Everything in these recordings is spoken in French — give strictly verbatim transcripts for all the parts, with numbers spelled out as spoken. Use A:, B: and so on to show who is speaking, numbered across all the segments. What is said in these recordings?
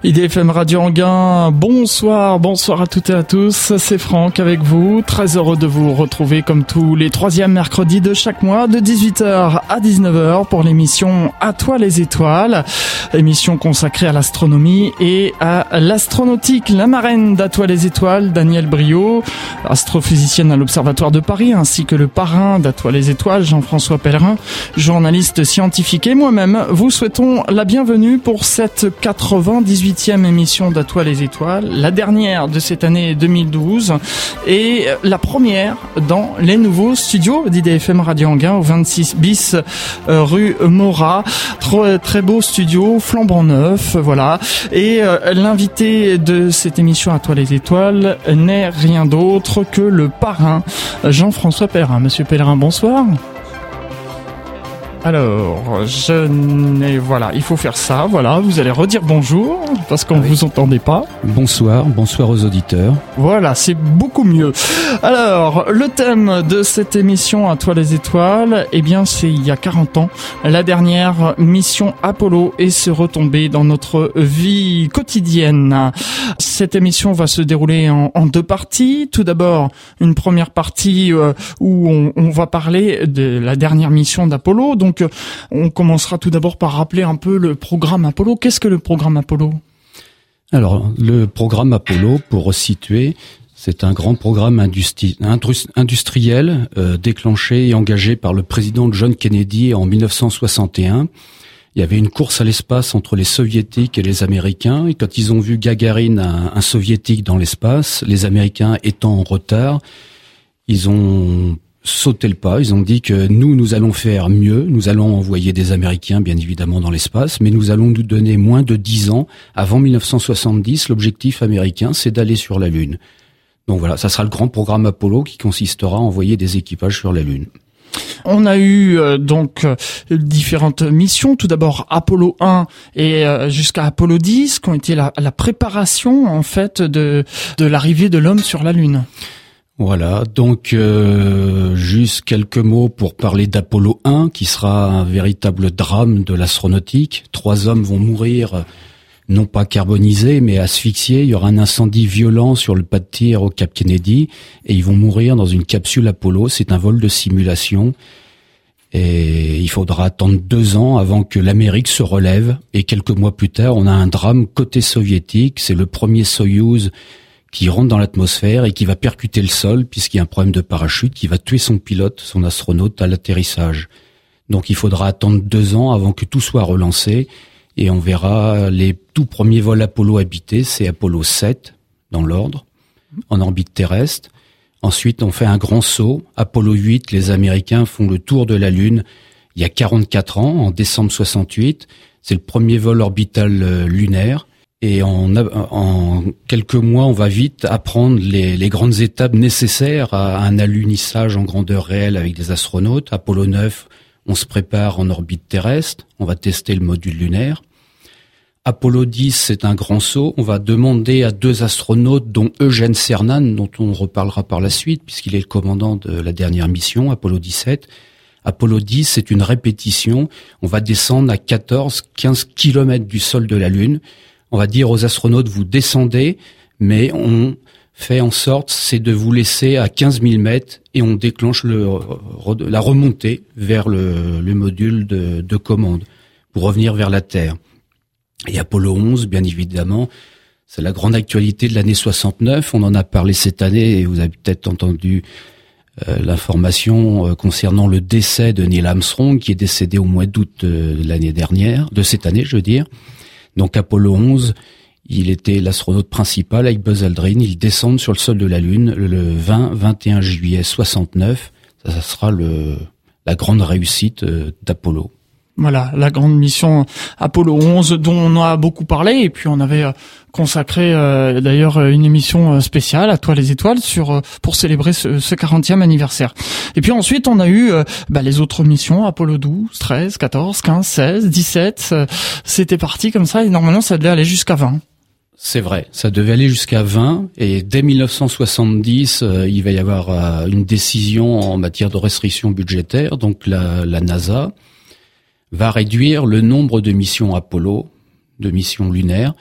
A: I D F M Radio Anguin, bonsoir, bonsoir à toutes et à tous, c'est Franck avec vous, très heureux de vous retrouver comme tous les troisièmes mercredis de chaque mois de dix-huit heures à dix-neuf heures pour l'émission À toi les étoiles, émission consacrée à l'astronomie et à l'astronautique. La marraine d'À toi les étoiles, Danielle Briot, astrophysicienne à l'Observatoire de Paris, ainsi que le parrain d'À toi les étoiles, Jean-François Pellerin, journaliste scientifique, et moi-même vous souhaitons la bienvenue pour cette quatre-vingt-dix-huitième émission d'À toi les étoiles, la dernière de cette année deux mille douze et la première dans les nouveaux studios d'I D F M Radio Anguin au vingt-six bis euh, rue Morat. Très, très beau studio, flambant neuf, voilà. Et euh, l'invité de cette émission À toi les étoiles n'est rien d'autre que le parrain Jean-François Pellerin. Monsieur Pellerin, bonsoir. Alors, je n'ai, voilà, il faut faire ça, voilà, vous allez redire bonjour, parce qu'on ne oui. vous entendait pas.
B: Bonsoir, bonsoir aux auditeurs.
A: Voilà, c'est beaucoup mieux. Alors, le thème de cette émission À toi les étoiles, eh bien, c'est il y a quarante ans, la dernière mission Apollo est se retomber dans notre vie quotidienne. Cette émission va se dérouler en, en deux parties. Tout d'abord, une première partie euh, où on, on va parler de la dernière mission d'Apollo, donc Donc, on commencera tout d'abord par rappeler un peu le programme Apollo. Qu'est-ce que le programme Apollo ?
B: Alors, le programme Apollo, pour resituer, c'est un grand programme industri- industriel euh, déclenché et engagé par le président John Kennedy en dix-neuf cent soixante et un. Il y avait une course à l'espace entre les Soviétiques et les Américains. Et quand ils ont vu Gagarine, un, un Soviétique dans l'espace, les Américains étant en retard, ils ont sauter le pas, ils ont dit que nous, nous allons faire mieux, nous allons envoyer des Américains, bien évidemment, dans l'espace, mais nous allons nous donner moins de dix ans. Avant dix-neuf cent soixante-dix, l'objectif américain, c'est d'aller sur la Lune. Donc voilà, ça sera le grand programme Apollo qui consistera à envoyer des équipages sur la Lune.
A: On a eu euh, donc euh, différentes missions. Tout d'abord Apollo un et euh, jusqu'à Apollo dix, qui ont été la, la préparation, en fait, de, de l'arrivée de l'homme sur la Lune.
B: Voilà, donc euh, juste quelques mots pour parler d'Apollo un, qui sera un véritable drame de l'astronautique. Trois hommes vont mourir, non pas carbonisés, mais asphyxiés. Il y aura un incendie violent sur le pas de tir au Cap Kennedy, et ils vont mourir dans une capsule Apollo. C'est un vol de simulation, et il faudra attendre deux ans avant que l'Amérique se relève. Et quelques mois plus tard, on a un drame côté soviétique. C'est le premier Soyouz qui rentre dans l'atmosphère et qui va percuter le sol puisqu'il y a un problème de parachute qui va tuer son pilote, son astronaute à l'atterrissage. Donc il faudra attendre deux ans avant que tout soit relancé et on verra les tout premiers vols Apollo habités, c'est Apollo sept dans l'ordre, en orbite terrestre. Ensuite on fait un grand saut, Apollo huit, les Américains font le tour de la Lune il y a quarante-quatre ans, en décembre soixante-huit, c'est le premier vol orbital euh, lunaire. Et en, en quelques mois, on va vite apprendre les, les grandes étapes nécessaires à un alunissage en grandeur réelle avec des astronautes. Apollo neuf, on se prépare en orbite terrestre, on va tester le module lunaire. Apollo dix, c'est un grand saut. On va demander à deux astronautes, dont Eugène Cernan, dont on reparlera par la suite, puisqu'il est le commandant de la dernière mission, Apollo dix-sept. Apollo dix, c'est une répétition. On va descendre à quatorze à quinze kilomètres du sol de la Lune. On va dire aux astronautes, vous descendez, mais on fait en sorte, c'est de vous laisser à quinze mille mètres et on déclenche le, la remontée vers le, le module de, de commande pour revenir vers la Terre. Et Apollo onze, bien évidemment, c'est la grande actualité de l'année soixante-neuf. On en a parlé cette année et vous avez peut-être entendu euh, l'information euh, concernant le décès de Neil Armstrong qui est décédé au mois d'août de, de l'année dernière, de cette année, je veux dire. Donc Apollo onze, il était l'astronaute principal avec Buzz Aldrin. Ils descendent sur le sol de la Lune le vingt à vingt et un juillet soixante-neuf. Ça, ça sera le, la grande réussite d'Apollo.
A: Voilà, la grande mission Apollo onze dont on a beaucoup parlé et puis on avait consacré euh, d'ailleurs une émission spéciale À toi les étoiles sur euh, pour célébrer ce, ce quarantième anniversaire. Et puis ensuite on a eu euh, bah, les autres missions Apollo douze, treize, quatorze, quinze, seize, dix-sept. Euh, c'était parti comme ça et normalement ça devait aller jusqu'à vingt.
B: C'est vrai, ça devait aller jusqu'à vingt et dès dix-neuf cent soixante-dix, euh, il va y avoir euh, une décision en matière de restriction budgétaire. Donc la, la NASA va réduire le nombre de missions Apollo, de missions lunaires,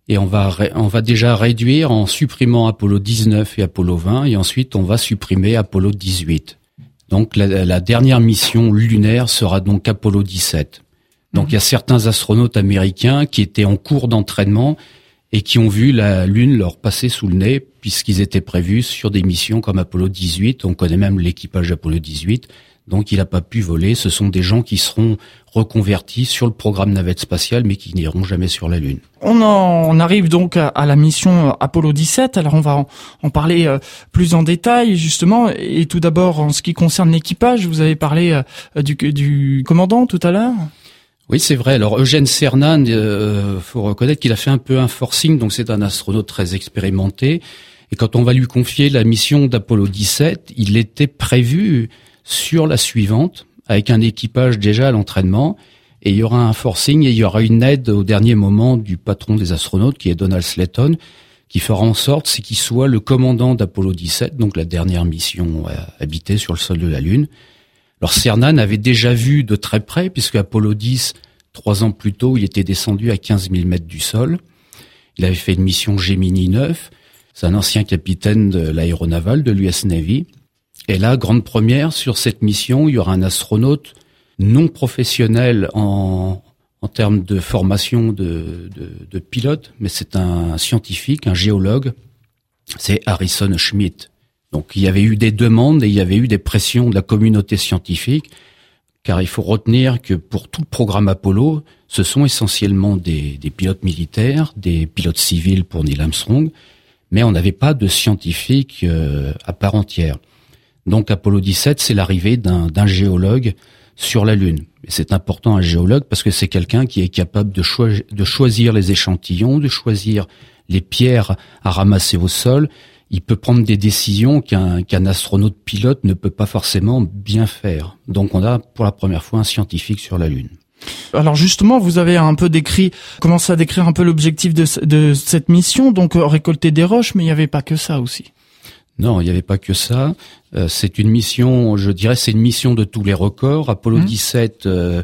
B: Et on va on va déjà réduire en supprimant Apollo dix-neuf et Apollo vingt, et ensuite on va supprimer Apollo dix-huit. Donc la, la dernière mission lunaire sera donc Apollo dix-sept. Donc mmh. il y a certains astronautes américains qui étaient en cours d'entraînement et qui ont vu la Lune leur passer sous le nez, puisqu'ils étaient prévus sur des missions comme Apollo dix-huit. On connaît même l'équipage d'Apollo dix-huit. Donc il n'a pas pu voler. Ce sont des gens qui seront reconvertis sur le programme navette spatiale, mais qui n'iront jamais sur la Lune.
A: On en on arrive donc à, à la mission Apollo dix-sept. Alors on va en, en parler euh, plus en détail justement. Et tout d'abord, en ce qui concerne l'équipage, vous avez parlé euh, du, du commandant tout à l'heure.
B: Oui, c'est vrai. Alors Eugène Cernan, euh, faut reconnaître qu'il a fait un peu un forcing, donc c'est un astronaute très expérimenté. Et quand on va lui confier la mission d'Apollo dix-sept, il était prévu sur la suivante, avec un équipage déjà à l'entraînement, et il y aura un forcing et il y aura une aide au dernier moment du patron des astronautes, qui est Donald Slayton, qui fera en sorte c'est qu'il soit le commandant d'Apollo dix-sept, donc la dernière mission habitée sur le sol de la Lune. Alors Cernan avait déjà vu de très près, puisque Apollo dix, trois ans plus tôt, il était descendu à quinze mille mètres du sol. Il avait fait une mission Gemini neuf. C'est un ancien capitaine de l'aéronavale de l'U S Navy. Et là, grande première, sur cette mission, il y aura un astronaute non professionnel en, en termes de formation de, de, de pilote, mais c'est un scientifique, un géologue, c'est Harrison Schmitt. Donc il y avait eu des demandes et il y avait eu des pressions de la communauté scientifique, car il faut retenir que pour tout le programme Apollo, ce sont essentiellement des, des pilotes militaires, des pilotes civils pour Neil Armstrong, mais on n'avait pas de scientifiques euh, à part entière. Donc Apollo dix-sept, c'est l'arrivée d'un, d'un géologue sur la Lune. Et c'est important, un géologue, parce que c'est quelqu'un qui est capable de, choi- de choisir les échantillons, de choisir les pierres à ramasser au sol. Il peut prendre des décisions qu'un, qu'un astronaute pilote ne peut pas forcément bien faire. Donc on a pour la première fois un scientifique sur la Lune.
A: Alors justement, vous avez un peu décrit, commencé à décrire un peu l'objectif de, de cette mission, donc euh, récolter des roches, mais il n'y avait pas que ça aussi.
B: Non, il n'y avait pas que ça. Euh, c'est une mission, je dirais, c'est une mission de tous les records. Apollo mmh. dix-sept, euh,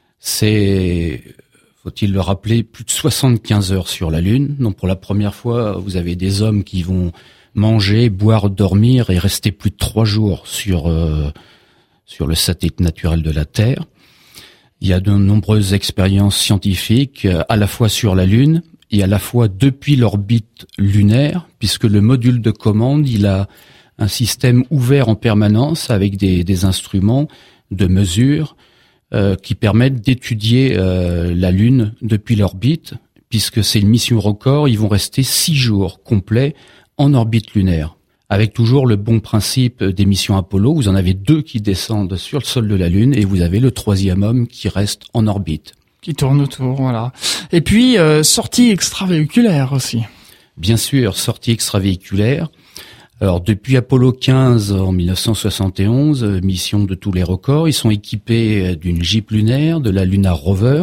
B: c'est, faut-il le rappeler, plus de soixante-quinze heures sur la Lune. Donc pour la première fois, vous avez des hommes qui vont manger, boire, dormir et rester plus de trois jours sur euh, sur le satellite naturel de la Terre. Il y a de nombreuses expériences scientifiques, à la fois sur la Lune et à la fois depuis l'orbite lunaire, puisque le module de commande, il a un système ouvert en permanence avec des, des instruments de mesure euh, qui permettent d'étudier euh, la Lune depuis l'orbite, puisque c'est une mission record, ils vont rester six jours complets en orbite lunaire, avec toujours le bon principe des missions Apollo. Vous en avez deux qui descendent sur le sol de la Lune et vous avez le troisième homme qui reste en orbite.
A: Qui tourne autour, voilà. Et puis, euh, sortie extravéhiculaire aussi.
B: Bien sûr, sortie extravéhiculaire. Alors, depuis Apollo quinze en dix-neuf cent soixante et onze, mission de tous les records, ils sont équipés d'une Jeep lunaire, de la Lunar Rover,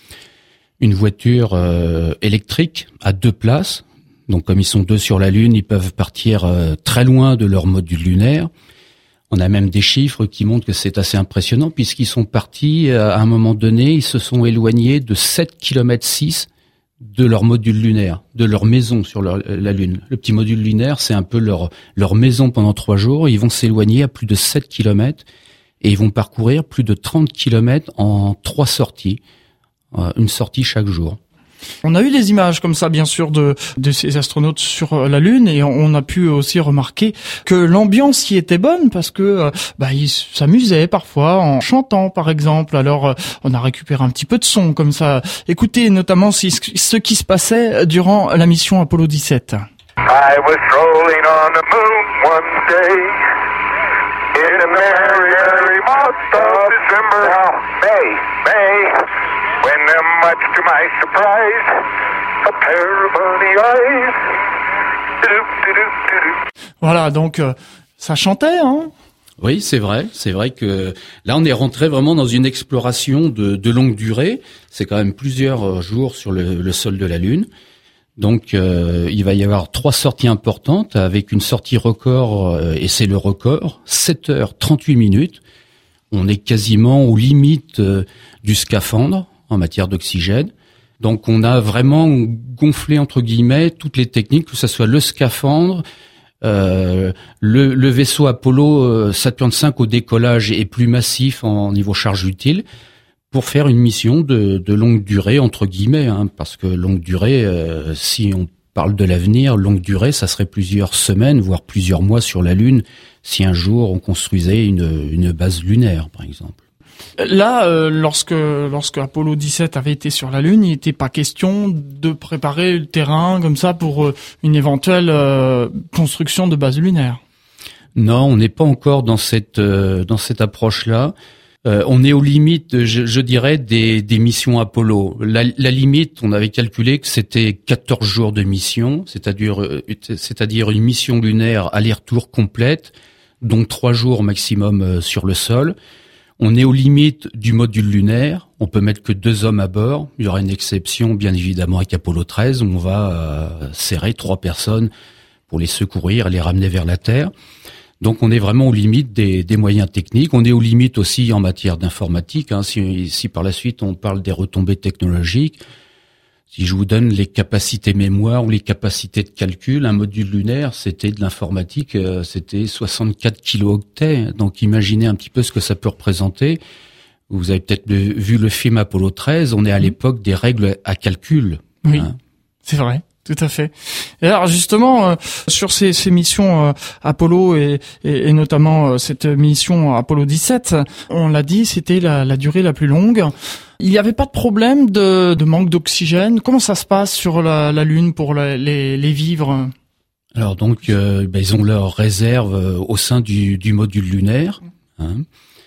B: une voiture euh, électrique à deux places. Donc, comme ils sont deux sur la Lune, ils peuvent partir euh, très loin de leur module lunaire. On a même des chiffres qui montrent que c'est assez impressionnant, puisqu'ils sont partis, à un moment donné, ils se sont éloignés de sept kilomètres six de leur module lunaire, de leur maison sur leur, la Lune. Le petit module lunaire, c'est un peu leur, leur maison pendant trois jours. Ils vont s'éloigner à plus de sept kilomètres et ils vont parcourir plus de trente kilomètres en trois sorties, une sortie chaque jour.
A: On a eu des images comme ça, bien sûr, de, de ces astronautes sur la Lune, et on a pu aussi remarquer que l'ambiance y était bonne parce que bah, ils s'amusaient parfois en chantant, par exemple. Alors, on a récupéré un petit peu de son comme ça. Écoutez notamment ce qui se passait durant la mission Apollo dix-sept. I was rolling on the moon one day in a merry, merry month of December. May, May. When, much to my surprise, a pair of bunny eyes. Voilà, donc euh, ça chantait, hein.
B: Oui, c'est vrai. C'est vrai que là, on est rentré vraiment dans une exploration de, de longue durée. C'est quand même plusieurs jours sur le, le sol de la Lune. Donc, euh, il va y avoir trois sorties importantes avec une sortie record, euh, et c'est le record, sept heures trente-huit minutes. On est quasiment aux limites euh, du scaphandre en matière d'oxygène. Donc on a vraiment gonflé entre guillemets toutes les techniques, que ce soit le scaphandre, euh, le, le vaisseau Apollo euh, Saturn cinq au décollage est plus massif en niveau charge utile, pour faire une mission de, de longue durée entre guillemets, hein, parce que longue durée, euh, si on parle de l'avenir, longue durée, ça serait plusieurs semaines, voire plusieurs mois sur la Lune, si un jour on construisait une, une base lunaire, par exemple.
A: Là, euh, lorsque lorsque Apollo dix-sept avait été sur la Lune, il n'était pas question de préparer le terrain comme ça pour euh, une éventuelle euh, construction de base lunaire.
B: Non, on n'est pas encore dans cette euh, dans cette approche-là. Euh, on est aux limites, je, je dirais, des, des missions Apollo. La, la limite, on avait calculé que c'était quatorze jours de mission, c'est-à-dire euh, c'est-à-dire une mission lunaire aller-retour complète, donc trois jours maximum euh, sur le sol. On est aux limites du module lunaire. On peut mettre que deux hommes à bord. Il y aura une exception, bien évidemment, avec Apollo treize, où on va euh, serrer trois personnes pour les secourir et les ramener vers la Terre. Donc, on est vraiment aux limites des, des moyens techniques. On est aux limites aussi en matière d'informatique. Hein. Si, si par la suite on parle des retombées technologiques, si je vous donne les capacités mémoire ou les capacités de calcul, un module lunaire, c'était de l'informatique, euh, c'était soixante-quatre kilooctets. Donc imaginez un petit peu ce que ça peut représenter. Vous avez peut-être vu le film Apollo treize, on est à l'époque des règles à calcul.
A: Oui,
B: hein.
A: C'est vrai. Tout à fait. Et alors justement, euh, sur ces, ces missions euh, Apollo et, et, et notamment euh, cette mission Apollo dix-sept, on l'a dit, c'était la, la durée la plus longue. Il n'y avait pas de problème de, de manque d'oxygène. Comment ça se passe sur la, la Lune pour la, les, les vivres?
B: Alors donc, euh, ben, ils ont leur réserve euh, au sein du, du module lunaire. Hein.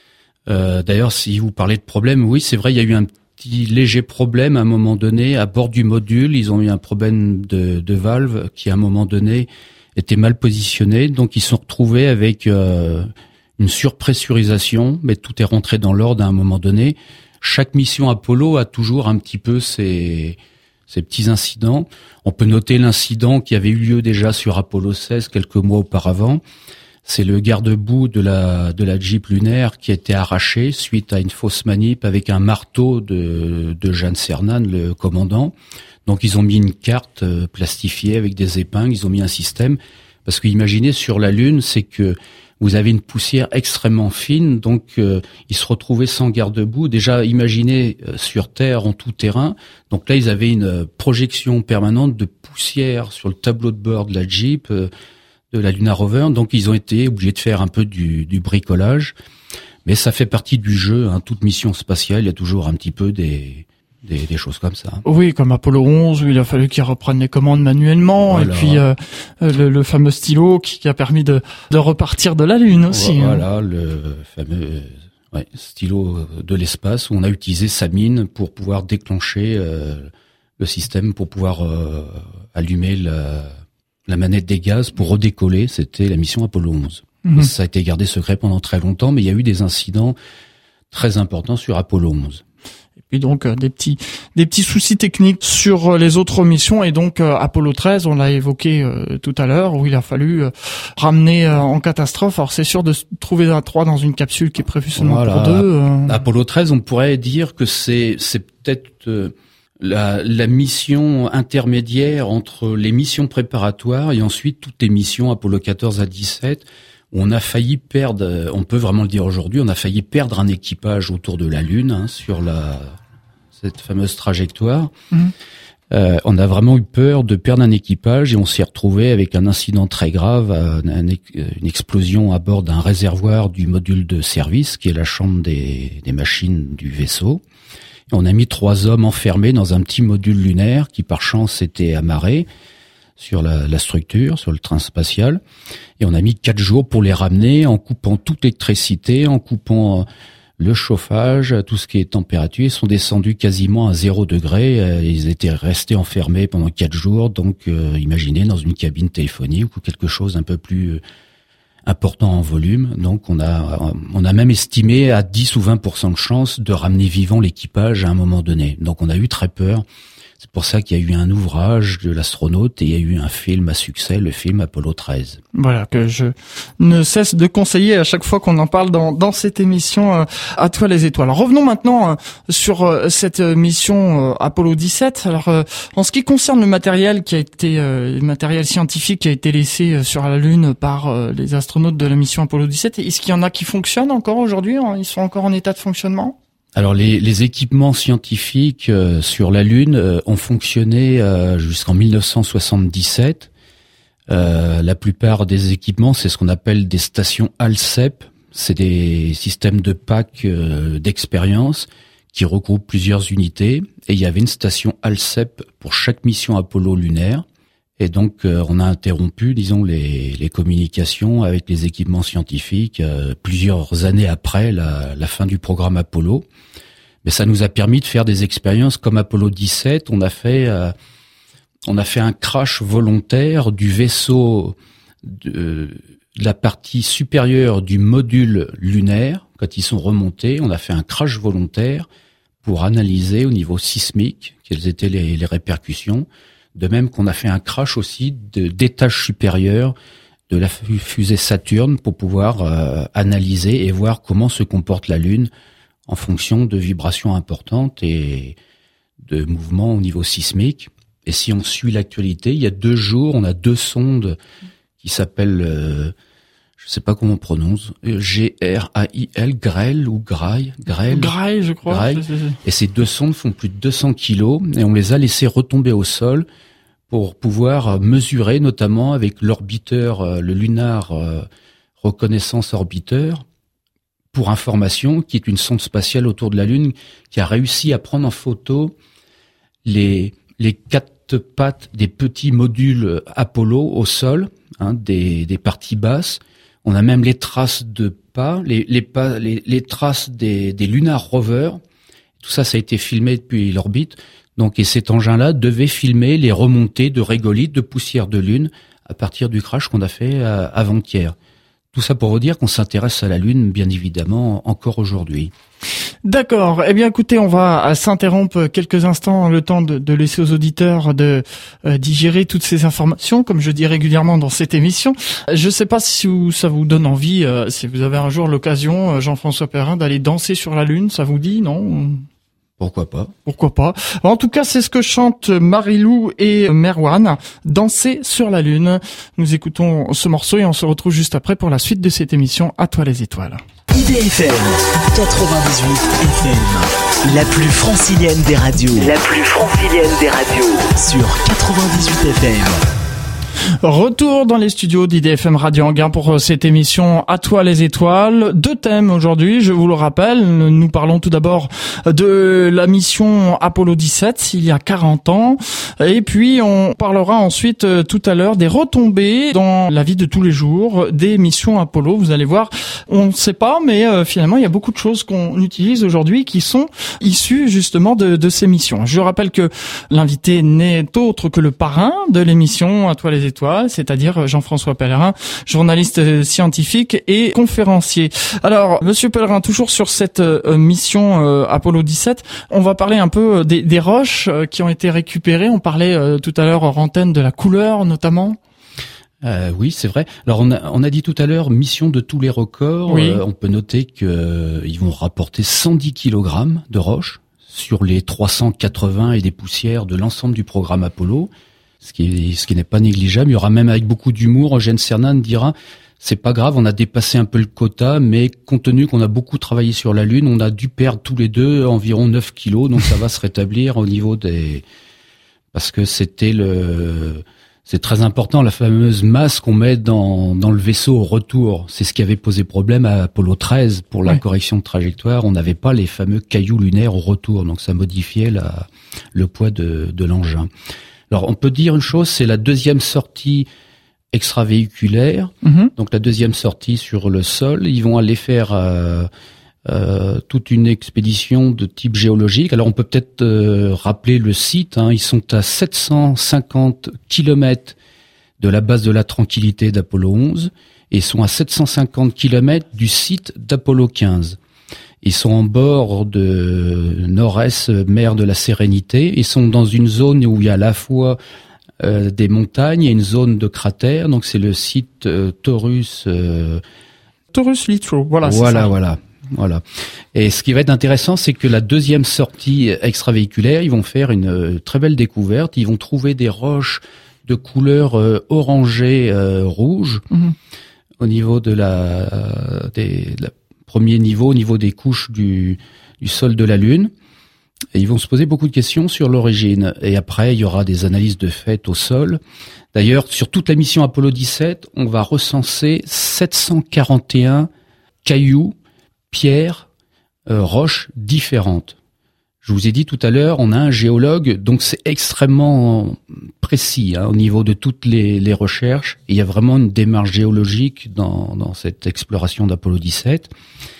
B: Euh, d'ailleurs, si vous parlez de problème, oui, c'est vrai, il y a eu un petit léger problème à un moment donné à bord du module. Ils ont eu un problème de, de valve qui, à un moment donné, était mal positionné. Donc, ils se sont retrouvés avec euh, une surpressurisation, mais tout est rentré dans l'ordre à un moment donné. Chaque mission Apollo a toujours un petit peu ses, ses petits incidents. On peut noter l'incident qui avait eu lieu déjà sur Apollo seize quelques mois auparavant. C'est le garde-boue de la de la Jeep lunaire qui a été arraché suite à une fausse manip avec un marteau de de Gene Cernan, le commandant. Donc ils ont mis une carte plastifiée avec des épingles, ils ont mis un système, parce que imaginez sur la Lune, c'est que vous avez une poussière extrêmement fine, donc euh, ils se retrouvaient sans garde-boue. Déjà, imaginez euh, sur Terre en tout terrain. Donc là, ils avaient une projection permanente de poussière sur le tableau de bord de la Jeep, euh, de la Lunar Rover. Donc ils ont été obligés de faire un peu du, du bricolage. Mais ça fait partie du jeu. Hein. Toute mission spatiale, il y a toujours un petit peu des... Des, des choses comme ça.
A: Oui, comme Apollo onze, où il a fallu qu'ils reprennent les commandes manuellement, voilà. Et puis euh, le, le fameux stylo qui, qui a permis de, de repartir de la Lune aussi.
B: Voilà,
A: hein.
B: le fameux ouais, stylo de l'espace où on a utilisé sa mine pour pouvoir déclencher euh, le système, pour pouvoir euh, allumer la, la manette des gaz pour redécoller. C'était la mission Apollo onze. Mm-hmm. Ça a été gardé secret pendant très longtemps, mais il y a eu des incidents très importants sur Apollo onze.
A: Et puis donc euh, des petits des petits soucis techniques sur euh, les autres missions, et donc euh, Apollo treize, on l'a évoqué euh, tout à l'heure, où il a fallu euh, ramener euh, en catastrophe. Alors c'est sûr de se trouver à trois dans une capsule qui est prévue seulement voilà. pour deux. Euh...
B: Apollo treize, on pourrait dire que c'est c'est peut-être euh, la la mission intermédiaire entre les missions préparatoires et ensuite toutes les missions Apollo quatorze à dix-sept. On a failli perdre, on peut vraiment le dire aujourd'hui, on a failli perdre un équipage autour de la Lune, hein, sur la cette fameuse trajectoire. Mmh. Euh, on a vraiment eu peur de perdre un équipage et on s'est retrouvé avec un incident très grave, un, un, une explosion à bord d'un réservoir du module de service, qui est la chambre des, des machines du vaisseau. Et on a mis trois hommes enfermés dans un petit module lunaire qui, par chance, était amarré sur la, la structure, sur le train spatial. Et on a mis quatre jours pour les ramener en coupant toute l'électricité, en coupant le chauffage, tout ce qui est température. Ils sont descendus quasiment à zéro degré. Ils étaient restés enfermés pendant quatre jours. Donc, euh, imaginez dans une cabine téléphonique ou quelque chose un peu plus important en volume. Donc, on a, on a même estimé à dix ou vingt pour cent de chance de ramener vivant l'équipage à un moment donné. Donc, on a eu très peur C'est pour ça qu'il y a eu un ouvrage de l'astronaute et il y a eu un film à succès, le film Apollo treize.
A: Voilà, que je ne cesse de conseiller à chaque fois qu'on en parle dans, dans cette émission euh, À toi les étoiles. Alors, revenons maintenant euh, sur euh, cette mission euh, Apollo dix-sept. Alors, euh, en ce qui concerne le matériel qui a été, euh, le matériel scientifique qui a été laissé euh, sur la Lune par euh, les astronautes de la mission Apollo dix-sept, est-ce qu'il y en a qui fonctionnent encore aujourd'hui? Ils sont encore en état de fonctionnement?
B: Alors les, les équipements scientifiques euh, sur la Lune euh, ont fonctionné euh, jusqu'en mille neuf cent soixante-dix-sept. Euh, la plupart des équipements, c'est ce qu'on appelle des stations ALCEP. C'est des systèmes de packs euh, d'expérience qui regroupent plusieurs unités. Et il y avait une station ALCEP pour chaque mission Apollo lunaire. Et donc, euh, on a interrompu, disons, les, les communications avec les équipements scientifiques euh, plusieurs années après la, la fin du programme Apollo. Mais ça nous a permis de faire des expériences comme Apollo dix-sept. On a fait, euh, on a fait un crash volontaire du vaisseau de, de la partie supérieure du module lunaire. Quand ils sont remontés, on a fait un crash volontaire pour analyser au niveau sismique quelles étaient les, les répercussions. De même qu'on a fait un crash aussi de, d'étage supérieur de la fusée Saturne pour pouvoir euh, analyser et voir comment se comporte la Lune en fonction de vibrations importantes et de mouvements au niveau sismique. Et si on suit l'actualité, il y a deux jours, on a deux sondes qui s'appellent, euh, je sais pas comment on prononce, G R A I L, Grail ou Grail, Grail,
A: Grail, je crois.
B: Grail. Et ces deux sondes font plus de deux cents kilos et on les a laissées retomber au sol pour pouvoir mesurer, notamment avec l'orbiteur, le Lunar Reconnaissance Orbiter, pour information, qui est une sonde spatiale autour de la Lune, qui a réussi à prendre en photo les, les quatre pattes des petits modules Apollo au sol, hein, des, des parties basses. On a même les traces de pas, les, les pas, les, les traces des, des Lunar Rover. Tout ça, ça a été filmé depuis l'orbite. Donc, et cet engin-là devait filmer les remontées de régolithes, de poussière de Lune, à partir du crash qu'on a fait euh, avant-hier. Tout ça pour vous dire qu'on s'intéresse à la Lune, bien évidemment, encore aujourd'hui.
A: D'accord. Eh bien, écoutez, on va s'interrompre quelques instants, le temps de, de laisser aux auditeurs de euh, digérer toutes ces informations, comme je dis régulièrement dans cette émission. Je ne sais pas si vous, ça vous donne envie, euh, si vous avez un jour l'occasion, Jean-François Perrin, d'aller danser sur la Lune, ça vous dit, non ?
B: Pourquoi pas ?
A: Pourquoi pas ? En tout cas, c'est ce que chantent Marilou et Merwan, Danser sur la Lune. Nous écoutons ce morceau et on se retrouve juste après pour la suite de cette émission À toi les étoiles.
C: I D F M quatre-vingt-dix-huit F M, la plus francilienne des radios. La plus francilienne des radios sur quatre-vingt-dix-huit F M.
A: Retour dans les studios d'I D F M Radio Anguin pour cette émission À toi les étoiles. Deux thèmes aujourd'hui, je vous le rappelle. Nous parlons tout d'abord de la mission Apollo dix-sept, il y a quarante ans. Et puis, on parlera ensuite tout à l'heure des retombées dans la vie de tous les jours des missions Apollo. Vous allez voir, on ne sait pas, mais euh, finalement, il y a beaucoup de choses qu'on utilise aujourd'hui qui sont issues justement de, de ces missions. Je rappelle que l'invité n'est autre que le parrain de l'émission À toi les étoiles, c'est-à-dire Jean-François Pellerin, journaliste scientifique et conférencier. Alors, Monsieur Pellerin, toujours sur cette euh, mission euh, Apollo dix-sept, on va parler un peu des, des roches euh, qui ont été récupérées. On parlait euh, tout à l'heure hors antenne de la couleur, notamment.
B: Euh, oui, c'est vrai. Alors, on a, on a dit tout à l'heure mission de tous les records.
A: Oui.
B: Euh, on peut noter que euh, ils vont rapporter cent dix kilogrammes de roches sur les trois cent quatre-vingts et des poussières de l'ensemble du programme Apollo. Ce qui, ce qui n'est pas négligeable. Il y aura même, avec beaucoup d'humour, Eugène Cernan dira c'est pas grave, on a dépassé un peu le quota, mais compte tenu qu'on a beaucoup travaillé sur la Lune, on a dû perdre tous les deux environ neuf kilos, donc ça va se rétablir au niveau des, parce que c'était le, c'est très important, la fameuse masse qu'on met dans, dans le vaisseau au retour. C'est ce qui avait posé problème à Apollo treize pour la oui. correction de trajectoire. On n'avait pas les fameux cailloux lunaires au retour, donc ça modifiait la, le poids de, de l'engin. Alors, on peut dire une chose, c'est la deuxième sortie extravéhiculaire. Mm-hmm. Donc, la deuxième sortie sur le sol. Ils vont aller faire euh, euh, toute une expédition de type géologique. Alors, on peut peut-être euh, rappeler le site. Hein. Ils sont à sept cent cinquante kilomètres de la base de la Tranquillité d'Apollo onze et sont à sept cent cinquante kilomètres du site d'Apollo quinze. Ils sont en bord de nord-est, mer de la Sérénité. Ils sont dans une zone où il y a à la fois euh, des montagnes et une zone de cratères. Donc c'est le site euh, Taurus. Euh...
A: Taurus Littrow, voilà.
B: Voilà,
A: c'est ça.
B: voilà, voilà. Et ce qui va être intéressant, c'est que la deuxième sortie extravéhiculaire, ils vont faire une euh, très belle découverte. Ils vont trouver des roches de couleur euh, orangée, euh, rouge, mm-hmm. au niveau de la, des, de la premier niveau, au niveau des couches du, du sol de la Lune. Et ils vont se poser beaucoup de questions sur l'origine. Et après, il y aura des analyses de fait au sol. D'ailleurs, sur toute la mission Apollo dix-sept, on va recenser sept cent quarante et un cailloux, pierres, euh, roches différentes. Je vous ai dit tout à l'heure, on a un géologue, donc c'est extrêmement précis hein, au niveau de toutes les, les recherches. Il y a vraiment une démarche géologique dans, dans cette exploration d'Apollo dix-sept.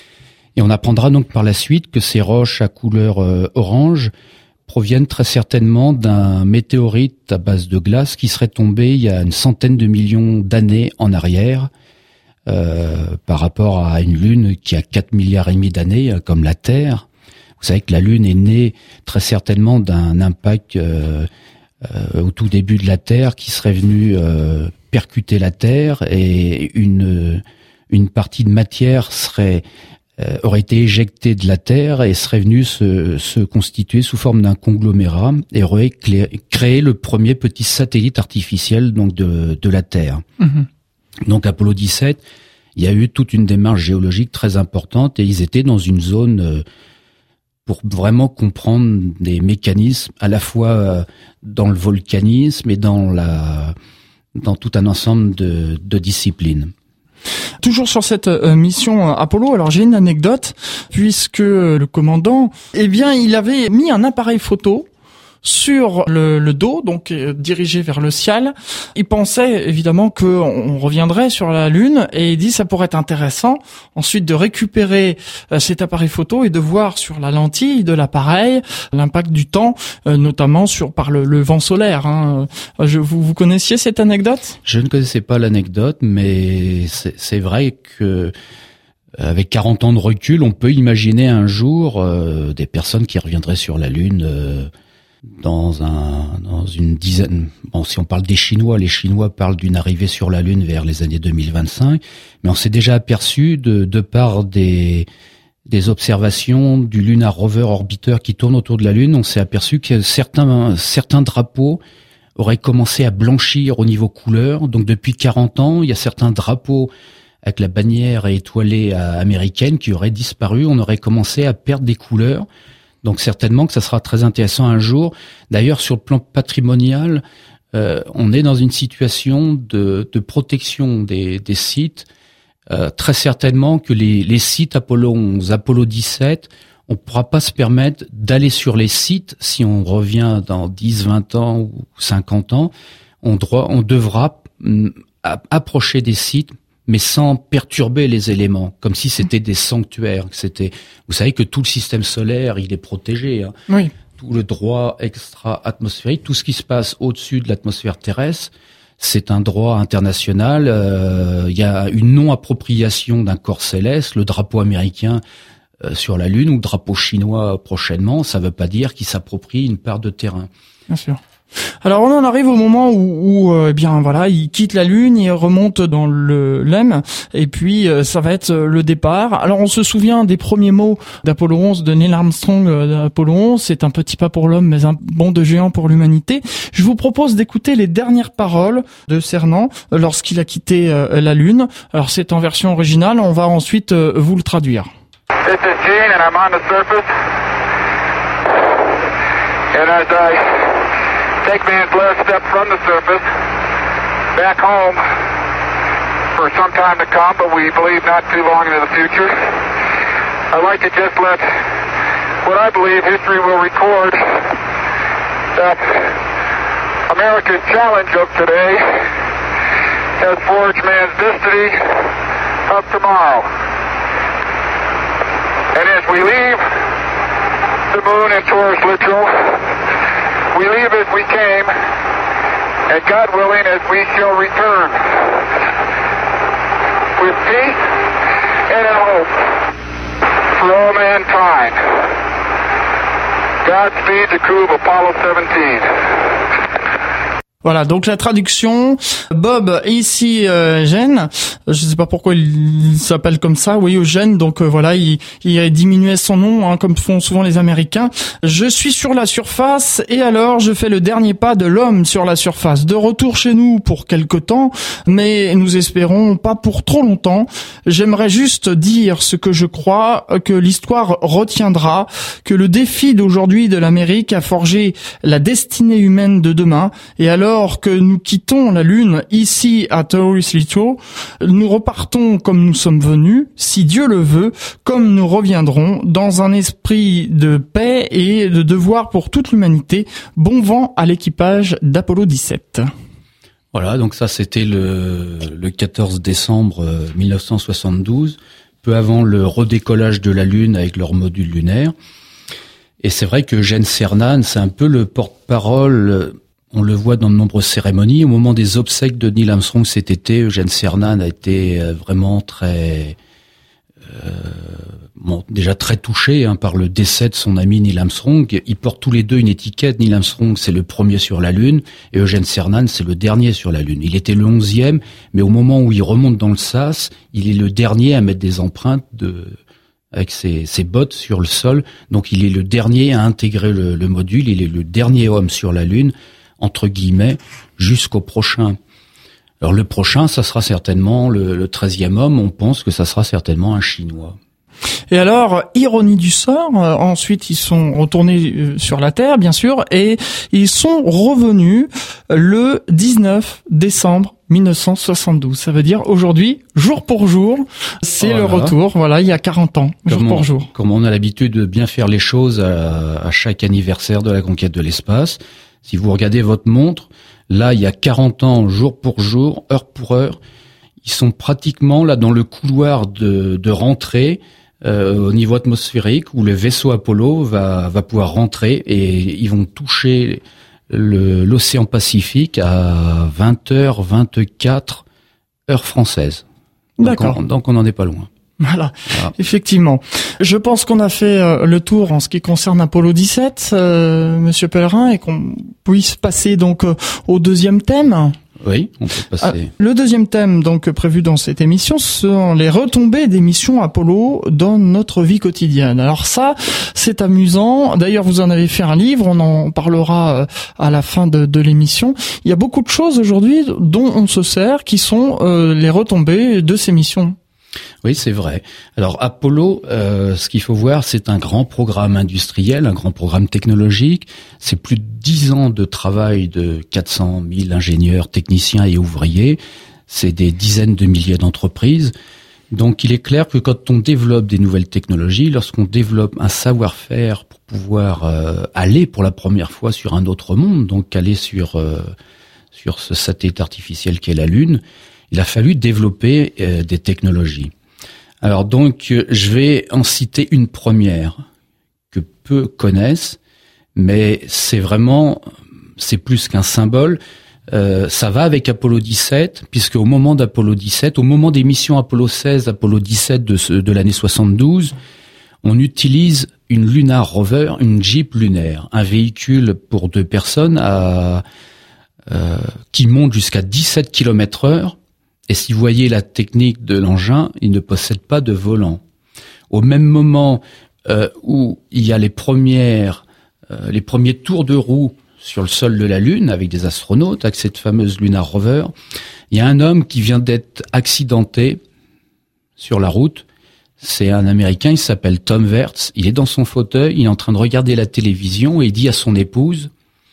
B: Et on apprendra donc par la suite que ces roches à couleur euh, orange proviennent très certainement d'un météorite à base de glace qui serait tombé il y a une centaine de millions d'années en arrière, euh, par rapport à une Lune qui a quatre milliards et demi d'années, comme la Terre. Vous savez que la Lune est née très certainement d'un impact euh, euh, au tout début de la Terre qui serait venu euh, percuter la Terre et une une partie de matière serait euh, aurait été éjectée de la Terre et serait venue se, se constituer sous forme d'un conglomérat et aurait créé le premier petit satellite artificiel donc de de la Terre. Mmh. Donc Apollo dix-sept, il y a eu toute une démarche géologique très importante et ils étaient dans une zone euh, pour vraiment comprendre des mécanismes à la fois dans le volcanisme et dans la dans tout un ensemble de, de disciplines.
A: Toujours sur cette euh, mission Apollo, alors j'ai une anecdote puisque le commandant, eh bien, il avait mis un appareil photo sur le, le dos, donc euh, dirigé vers le ciel. Il pensait évidemment qu'on reviendrait sur la Lune et il dit ça pourrait être intéressant ensuite de récupérer euh, cet appareil photo et de voir sur la lentille de l'appareil l'impact du temps, euh, notamment sur par le, le vent solaire. Hein. Je, vous, vous connaissiez cette anecdote ?
B: Je ne connaissais pas l'anecdote, mais c'est, c'est vrai que avec quarante ans de recul, on peut imaginer un jour euh, des personnes qui reviendraient sur la Lune. Euh, dans un dans une dizaine, bon, si on parle des Chinois, les Chinois parlent d'une arrivée sur la Lune vers les années deux mille vingt-cinq, mais on s'est déjà aperçu de de par des des observations du Lunar Rover Orbiter qui tourne autour de la Lune, on s'est aperçu que certains certains drapeaux auraient commencé à blanchir au niveau couleur. Donc depuis quarante ans, il y a certains drapeaux avec la bannière étoilée américaine qui auraient disparu, on aurait commencé à perdre des couleurs. Donc certainement que ça sera très intéressant un jour. D'ailleurs, sur le plan patrimonial, euh, on est dans une situation de, de protection des, des sites. Euh, très certainement que les, les sites Apollo onze, Apollo dix-sept, on ne pourra pas se permettre d'aller sur les sites si on revient dans dix, vingt ans ou cinquante ans. On, droit, on devra mm, approcher des sites, mais sans perturber les éléments, comme si c'était des sanctuaires. C'était, vous savez que tout le système solaire, il est protégé. Hein.
A: Oui.
B: Tout le droit extra-atmosphérique, tout ce qui se passe au-dessus de l'atmosphère terrestre, c'est un droit international. Euh, il y a une non-appropriation d'un corps céleste, le drapeau américain euh, sur la Lune ou le drapeau chinois prochainement. Ça ne veut pas dire qu'il s'approprie une part de terrain.
A: Bien sûr. Alors on en arrive au moment où, où euh, eh bien voilà, il quitte la Lune, il remonte dans le L E M et puis euh, ça va être le départ. Alors on se souvient des premiers mots d'Apollo onze, de Neil Armstrong euh, d'Apollo onze, c'est un petit pas pour l'homme mais un bond de géant pour l'humanité. Je vous propose d'écouter les dernières paroles de Cernan euh, lorsqu'il a quitté euh, la Lune. Alors c'est en version originale, on va ensuite euh, vous le traduire.
D: This is Gene and I'm on the surface. And as I take man's last step from the surface back home for some time to come, but we believe not too long into the future. I'd like to just let what I believe history will record that America's challenge of today has forged man's destiny of tomorrow. And as we leave the moon and Taurus Littrow, we leave as we came, and God willing, as we shall return, with peace and in hope. for all mankind. Godspeed the crew of Apollo seventeen.
A: Voilà, donc la traduction, Bob et ici euh, Eugène, je sais pas pourquoi il s'appelle comme ça, oui Eugène, donc euh, voilà, il, il diminuait son nom, hein, comme font souvent les Américains. Je suis sur la surface et alors je fais le dernier pas de l'homme sur la surface. De retour chez nous pour quelque temps, mais nous espérons pas pour trop longtemps. J'aimerais juste dire ce que je crois, que l'histoire retiendra, que le défi d'aujourd'hui de l'Amérique a forgé la destinée humaine de demain, et alors Alors que nous quittons la Lune ici à Taurus Litho, nous repartons comme nous sommes venus, si Dieu le veut, comme nous reviendrons, dans un esprit de paix et de devoir pour toute l'humanité. Bon vent à l'équipage d'Apollo dix-sept.
B: Voilà, donc ça c'était le, le quatorze décembre mille neuf cent soixante-douze, peu avant le redécollage de la Lune avec leur module lunaire. Et c'est vrai que Eugène Cernan, c'est un peu le porte-parole. On le voit dans de nombreuses cérémonies. Au moment des obsèques de Neil Armstrong cet été, Eugène Cernan a été vraiment très, euh, bon, déjà très touché hein, par le décès de son ami Neil Armstrong. Ils portent tous les deux une étiquette. Neil Armstrong, c'est le premier sur la Lune, et Eugène Cernan, c'est le dernier sur la Lune. Il était le onzième, mais au moment où il remonte dans le sas, il est le dernier à mettre des empreintes de avec ses, ses bottes sur le sol. Donc il est le dernier à intégrer le, le module. Il est le dernier homme sur la Lune, entre guillemets, jusqu'au prochain. Alors le prochain, ça sera certainement le, le treizième homme, on pense que ça sera certainement un Chinois.
A: Et alors, ironie du sort, euh, ensuite ils sont retournés euh, sur la Terre, bien sûr, et ils sont revenus le dix-neuf décembre mille neuf cent soixante-douze. Ça veut dire aujourd'hui, jour pour jour, c'est voilà. Le retour, voilà, il y a quarante ans, jour
B: comme
A: pour
B: on,
A: jour.
B: Comme on a l'habitude de bien faire les choses à, à chaque anniversaire de la conquête de l'espace, si vous regardez votre montre, là, il y a quarante ans, jour pour jour, heure pour heure, ils sont pratiquement là dans le couloir de, de rentrée euh, au niveau atmosphérique où le vaisseau Apollo va, va pouvoir rentrer et ils vont toucher le, l'océan Pacifique à vingt heures vingt-quatre, heure française. Donc
A: D'accord.
B: On, donc on n'en est pas loin.
A: Voilà, voilà, effectivement. Je pense qu'on a fait euh, le tour en ce qui concerne Apollo dix-sept, euh, Monsieur Pellerin, et qu'on puisse passer donc euh, au deuxième thème.
B: Oui, on peut passer.
A: Ah, le deuxième thème donc prévu dans cette émission sont les retombées des missions Apollo dans notre vie quotidienne. Alors ça, c'est amusant. D'ailleurs, vous en avez fait un livre, on en parlera à la fin de, de l'émission. Il y a beaucoup de choses aujourd'hui dont on se sert qui sont euh, les retombées de ces missions.
B: Oui, c'est vrai. Alors Apollo, euh, ce qu'il faut voir, c'est un grand programme industriel, un grand programme technologique. C'est plus de dix ans de travail de quatre cent mille ingénieurs, techniciens et ouvriers. C'est des dizaines de milliers d'entreprises. Donc il est clair que quand on développe des nouvelles technologies, lorsqu'on développe un savoir-faire pour pouvoir euh, aller pour la première fois sur un autre monde, donc aller sur euh, sur ce satellite artificiel qu'est la Lune, il a fallu développer euh, des technologies. Alors donc, euh, je vais en citer une première que peu connaissent, mais c'est vraiment, c'est plus qu'un symbole. Euh, ça va avec Apollo dix-sept, puisque au moment d'Apollo dix-sept, au moment des missions Apollo seize, Apollo dix-sept de, ce, de l'année soixante-douze, on utilise une Lunar Rover, une Jeep lunaire, un véhicule pour deux personnes à, euh, qui monte jusqu'à dix-sept kilomètres heure. Et si vous voyez la technique de l'engin, il ne possède pas de volant. Au même moment euh, où il y a les premières, euh, les premiers tours de roue sur le sol de la Lune avec des astronautes, avec cette fameuse Lunar Rover, il y a un homme qui vient d'être accidenté sur la route. C'est un Américain, il s'appelle Tom Wertz. Il est dans son fauteuil, il est en train de regarder la télévision et il dit à son épouse,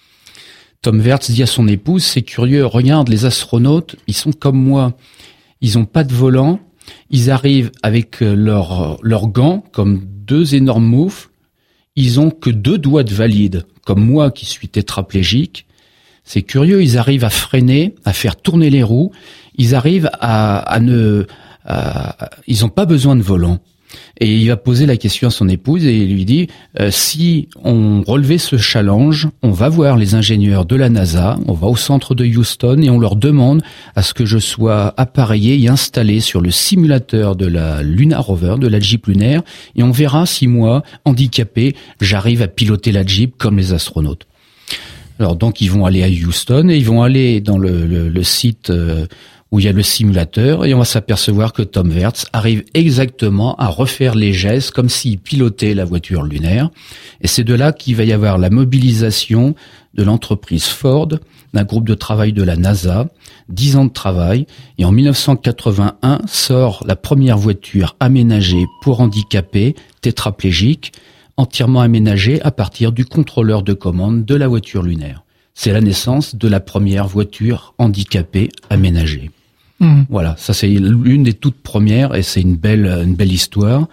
B: Tom Wertz dit à son épouse, c'est curieux, regarde les astronautes, ils sont comme moi, ils ont pas de volant, ils arrivent avec leurs leurs gants comme deux énormes moufles, ils ont que deux doigts de valide, comme moi qui suis tétraplégique. C'est curieux, ils arrivent à freiner, à faire tourner les roues, ils arrivent à, à ne, à, ils ont pas besoin de volant. Et il va poser la question à son épouse et il lui dit euh, si on relevait ce challenge, on va voir les ingénieurs de la NASA, on va au centre de Houston et on leur demande à ce que je sois appareillé et installé sur le simulateur de la Lunar Rover, de la Jeep lunaire, et on verra si moi, handicapé, j'arrive à piloter la Jeep comme les astronautes. Alors donc ils vont aller à Houston et ils vont aller dans le, le, le site euh, où il y a le simulateur et on va s'apercevoir que Tom Wertz arrive exactement à refaire les gestes comme s'il pilotait la voiture lunaire. Et c'est de là qu'il va y avoir la mobilisation de l'entreprise Ford, d'un groupe de travail de la NASA, dix ans de travail. Et en mille neuf cent quatre-vingt-un sort la première voiture aménagée pour handicapés, tétraplégiques, entièrement aménagée à partir du contrôleur de commande de la voiture lunaire. C'est la naissance de la première voiture handicapée aménagée. Mmh. Voilà, ça c'est l'une des toutes premières et c'est une belle, une belle histoire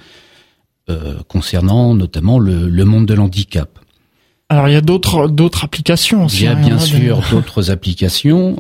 B: euh, concernant notamment le, le monde de l'handicap.
A: Alors il y a d'autres d'autres applications aussi.
B: Il y a
A: hein,
B: bien
A: là,
B: sûr
A: de...
B: d'autres applications.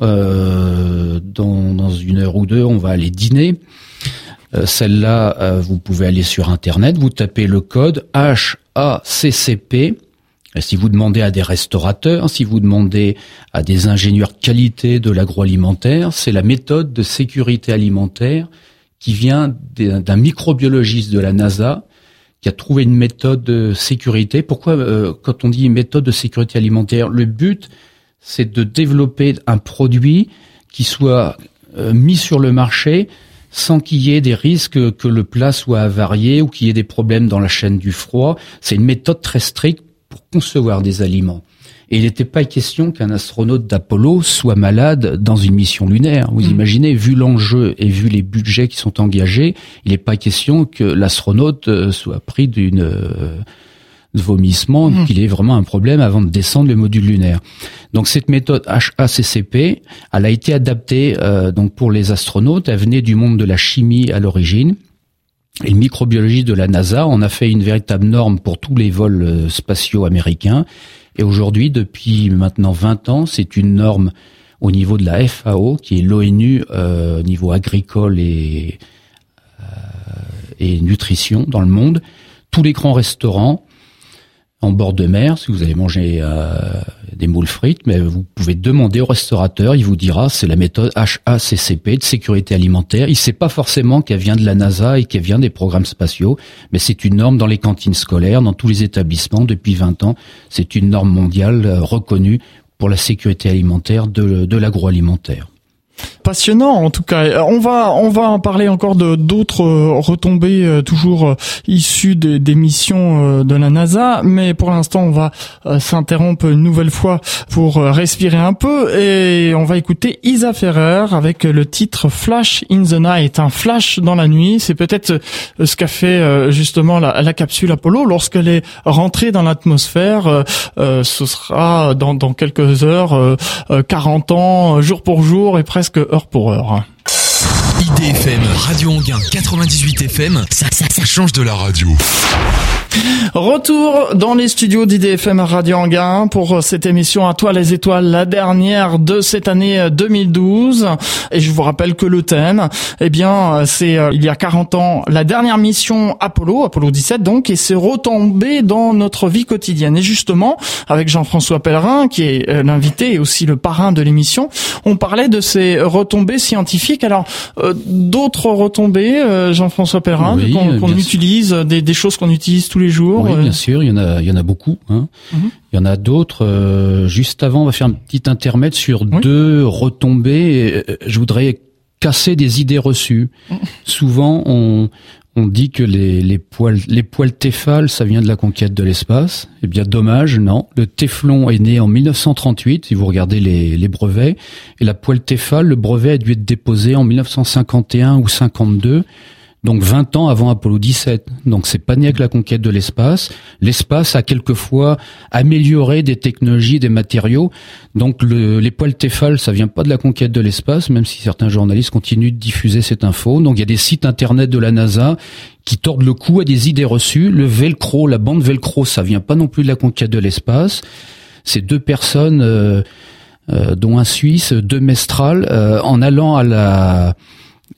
B: Euh, dans, dans une heure ou deux, on va aller dîner. Euh, celle-là, euh, vous pouvez aller sur Internet, vous tapez le code H A C C P. Et si vous demandez à des restaurateurs, si vous demandez à des ingénieurs qualité de l'agroalimentaire, c'est la méthode de sécurité alimentaire qui vient d'un microbiologiste de la NASA qui a trouvé une méthode de sécurité. Pourquoi, euh, quand on dit méthode de sécurité alimentaire, le but, c'est de développer un produit qui soit euh, mis sur le marché sans qu'il y ait des risques que le plat soit avarié ou qu'il y ait des problèmes dans la chaîne du froid. C'est une méthode très stricte pour concevoir des aliments. Et il n'était pas question qu'un astronaute d'Apollo soit malade dans une mission lunaire. Vous mmh. imaginez, vu l'enjeu et vu les budgets qui sont engagés, il n'est pas question que l'astronaute soit pris d'une euh, vomissement, mmh. qu'il ait vraiment un problème avant de descendre le module lunaire. Donc cette méthode H A C C P, elle a été adaptée euh, donc pour les astronautes. Elle venait du monde de la chimie à l'origine. Et le microbiologiste de la NASA en a fait une véritable norme pour tous les vols spatiaux américains. Et aujourd'hui, depuis maintenant vingt ans, c'est une norme au niveau de la F A O, qui est l'ONU euh, au niveau agricole et, euh, et nutrition dans le monde. Tous les grands restaurants en bord de mer, si vous allez manger euh, des moules frites, mais vous pouvez demander au restaurateur, il vous dira, c'est la méthode H A C C P de sécurité alimentaire. Il sait pas forcément qu'elle vient de la NASA et qu'elle vient des programmes spatiaux, mais c'est une norme dans les cantines scolaires, dans tous les établissements depuis vingt ans. C'est une norme mondiale euh, reconnue pour la sécurité alimentaire de, de l'agroalimentaire.
A: Passionnant en tout cas. On va on va en parler encore de d'autres retombées euh, toujours euh, issues des, des missions euh, de la NASA, mais pour l'instant on va euh, s'interrompre une nouvelle fois pour euh, respirer un peu et on va écouter Isa Ferrer avec le titre Flash in the Night, un flash dans la nuit. C'est peut-être euh, ce qu'a fait euh, justement la, la capsule Apollo lorsqu'elle est rentrée dans l'atmosphère. Euh, euh, ce sera dans dans quelques heures, euh, euh, quarante ans jour pour jour et presque heure pour heure.
E: I D F M, Radio Anguin quatre-vingt-dix-huit F M, ça, ça, ça change de la radio.
A: Retour dans les studios d'I D F M Radio Anguin pour cette émission À toi les étoiles, la dernière de cette année deux mille douze. Et je vous rappelle que le thème, eh bien, c'est euh, il y a quarante ans, la dernière mission Apollo, Apollo dix-sept donc, et c'est retombé dans notre vie quotidienne. Et justement, avec Jean-François Pellerin, qui est euh, l'invité et aussi le parrain de l'émission, on parlait de ces retombées scientifiques. Alors, euh, d'autres retombées, euh, Jean-François Pellerin,
B: oui,
A: qu'on, qu'on utilise, des, des choses qu'on utilise tous les jours.
B: Oui, bien sûr, il y en a, il y en a beaucoup. Hein. Mm-hmm. Il y en a d'autres. Euh, juste avant, on va faire un petit intermède sur oui. deux retombées. Je voudrais casser des idées reçues. Mm. Souvent, on, on dit que les, les poils, les poils Tefal, ça vient de la conquête de l'espace. Eh bien, dommage, non. Le Téflon est né en mille neuf cent trente-huit, si vous regardez les, les brevets. Et la poêle Tefal, le brevet a dû être déposé en mille neuf cent cinquante et un ou cinquante-deux. Donc vingt ans avant Apollo dix-sept. Donc c'est pas né avec la conquête de l'espace. L'espace a quelquefois amélioré des technologies, des matériaux. Donc le, les poêles Tefal, ça vient pas de la conquête de l'espace, même si certains journalistes continuent de diffuser cette info. Donc il y a des sites internet de la NASA qui tordent le cou à des idées reçues. Le Velcro, la bande Velcro, ça vient pas non plus de la conquête de l'espace. C'est deux personnes, euh, euh, dont un Suisse, deux Mestral, euh, en allant à la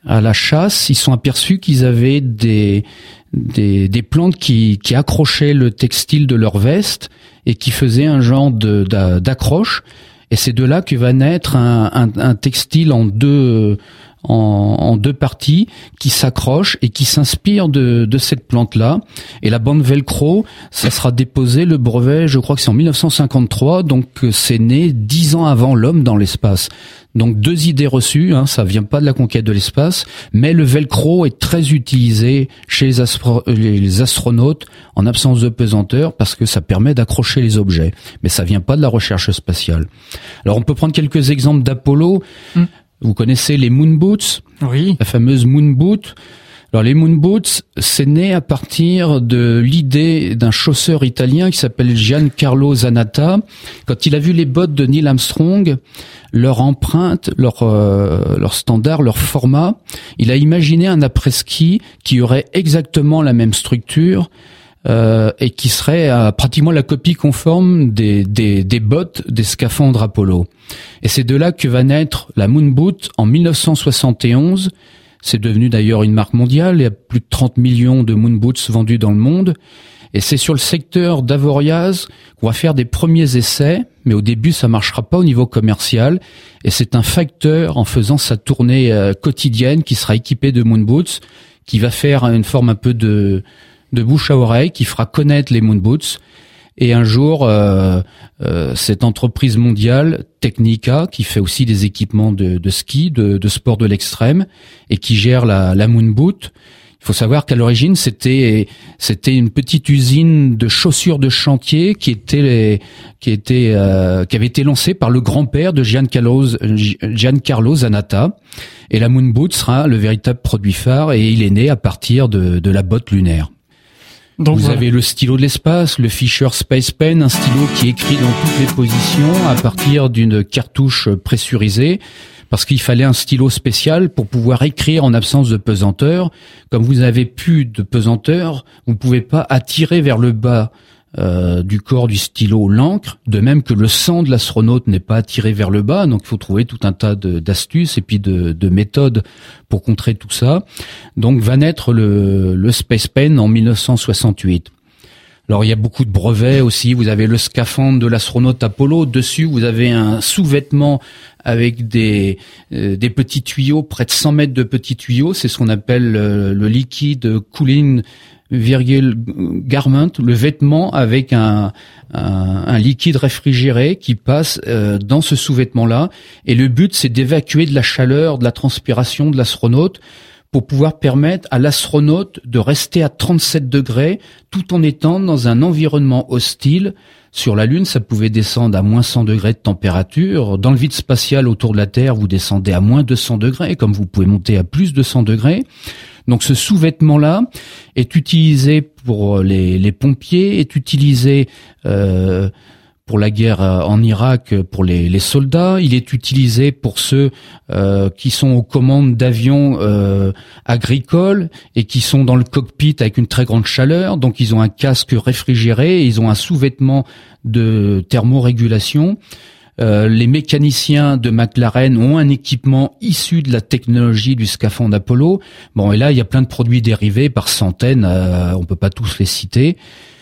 B: à la chasse, ils sont aperçus qu'ils avaient des des, des plantes qui, qui accrochaient le textile de leur veste et qui faisaient un genre de, d'accroche. Et c'est de là que va naître un, un, un textile en deux en, en deux parties qui s'accroche et qui s'inspire de, de cette plante-là. Et la bande Velcro, ça sera déposé, le brevet, je crois que c'est en mille neuf cent cinquante-trois, donc c'est né dix ans avant l'homme dans l'espace. Donc deux idées reçues, hein, ça vient pas de la conquête de l'espace, mais le Velcro est très utilisé chez les, astro- les astronautes en absence de pesanteur parce que ça permet d'accrocher les objets. Mais ça vient pas de la recherche spatiale. Alors on peut prendre quelques exemples d'Apollo. Hum. Vous connaissez les moon boots,
A: oui,
B: la fameuse moon boot. Alors les moon boots, c'est né à partir de l'idée d'un chausseur italien qui s'appelle Giancarlo Zanatta. Quand il a vu les bottes de Neil Armstrong, leur empreinte, leur euh, leur standard, leur format, il a imaginé un après-ski qui aurait exactement la même structure euh, et qui serait euh, pratiquement la copie conforme des, des des bottes des scaphandres Apollo. Et c'est de là que va naître la moon boot en mille neuf cent soixante et onze. C'est devenu d'ailleurs une marque mondiale. Il y a plus de trente millions de moon boots vendus dans le monde. Et c'est sur le secteur d'Avoriaz qu'on va faire des premiers essais. Mais au début, ça marchera pas au niveau commercial. Et c'est un facteur, en faisant sa tournée euh, quotidienne, qui sera équipé de moon boots, qui va faire une forme un peu de, de bouche à oreille, qui fera connaître les moon boots. Et un jour, euh, euh, cette entreprise mondiale, Technica, qui fait aussi des équipements de, de ski, de, de sport de l'extrême, et qui gère la, la Moon Boot. Il faut savoir qu'à l'origine, c'était c'était une petite usine de chaussures de chantier qui était les, qui était euh, qui avait été lancée par le grand-père de Giancarlo Giancarlo Zanatta. Et la Moon Boot sera le véritable produit phare, et il est né à partir de, de la botte lunaire. Donc vous voilà. Avez le stylo de l'espace, le Fisher Space Pen, un stylo qui écrit dans toutes les positions à partir d'une cartouche pressurisée, parce qu'il fallait un stylo spécial pour pouvoir écrire en absence de pesanteur. Comme vous n'avez plus de pesanteur, vous ne pouvez pas attirer vers le bas euh, du corps du stylo l'encre, de même que le sang de l'astronaute n'est pas attiré vers le bas, donc il faut trouver tout un tas de, d'astuces et puis de, de méthodes pour contrer tout ça. Donc va naître le, le Space Pen en mille neuf cent soixante-huit. Alors il y a beaucoup de brevets aussi, vous avez le scaphandre de l'astronaute Apollo, dessus vous avez un sous-vêtement avec des euh, des petits tuyaux, près de cent mètres de petits tuyaux, c'est ce qu'on appelle euh, le liquide cooling virgule garment, le vêtement avec un, un, un liquide réfrigéré qui passe euh, dans ce sous-vêtement-là. Et le but, c'est d'évacuer de la chaleur, de la transpiration de l'astronaute pour pouvoir permettre à l'astronaute de rester à trente-sept degrés tout en étant dans un environnement hostile. Sur la Lune, ça pouvait descendre à moins cent degrés de température. Dans le vide spatial autour de la Terre, vous descendez à moins deux cents degrés, comme vous pouvez monter à plus de cent degrés. Donc ce sous-vêtement-là est utilisé pour les, les pompiers, est utilisé euh, pour la guerre en Irak, pour les, les soldats. Il est utilisé pour ceux euh, qui sont aux commandes d'avions euh, agricoles et qui sont dans le cockpit avec une très grande chaleur. Donc ils ont un casque réfrigéré et ils ont un sous-vêtement de thermorégulation. Euh, les mécaniciens de McLaren ont un équipement issu de la technologie du scaphandre Apollo. Bon, et là, il y a plein de produits dérivés par centaines, euh, on peut pas tous les citer.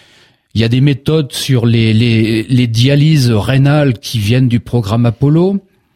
B: Il y a des méthodes sur les, les, les dialyses rénales qui viennent du programme Apollo.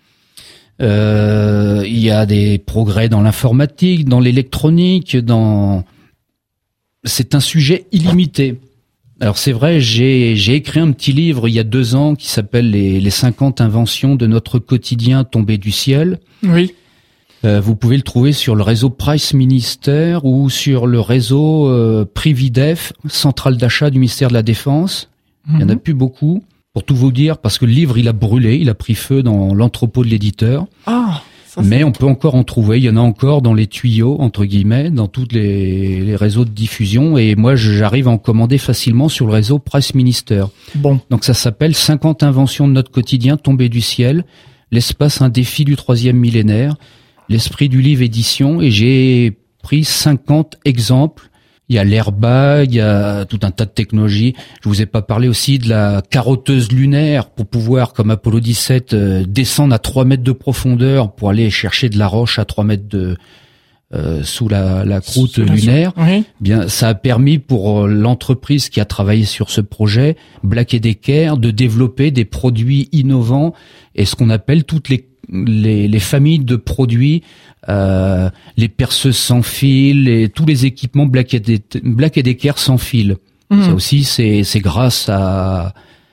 B: Euh, il y a des progrès dans l'informatique, dans l'électronique, dans... C'est un sujet illimité. Alors c'est vrai, j'ai j'ai écrit un petit livre il y a deux ans qui s'appelle les les cinquante inventions de notre quotidien tombé du ciel.
A: Oui.
B: Euh, vous pouvez le trouver sur le réseau Price Minister ou sur le réseau euh, Prividef, centrale d'achat du ministère de la Défense. Mm-hmm. Il y en a plus beaucoup. Pour tout vous dire, parce que le livre il a brûlé, il a pris feu dans l'entrepôt de l'éditeur.
A: Ah.
B: Mais on peut encore en trouver, il y en a encore dans les tuyaux, entre guillemets, dans tous les, les réseaux de diffusion, et moi j'arrive à en commander facilement sur le réseau Presse Minister.
A: Bon.
B: Donc ça s'appelle cinquante inventions de notre quotidien tombées du ciel, l'espace un défi du troisième millénaire, l'esprit du livre édition, et j'ai pris cinquante exemples. Il y a l'airbag, il y a tout un tas de technologies. Je vous ai pas parlé aussi de la carotteuse lunaire pour pouvoir, comme Apollo dix-sept, euh, descendre à trois mètres de profondeur pour aller chercher de la roche à trois mètres de euh, sous la, la croûte
A: sous
B: lunaire.
A: La... Oui.
B: Bien, ça a permis pour l'entreprise qui a travaillé sur ce projet, Black and Decker, de développer des produits innovants et ce qu'on appelle toutes les les, les familles de produits, euh, les perceuses sans fil et tous les équipements Black and Decker, Black and Decker sans fil. Mmh. Ça aussi, c'est c'est grâce à,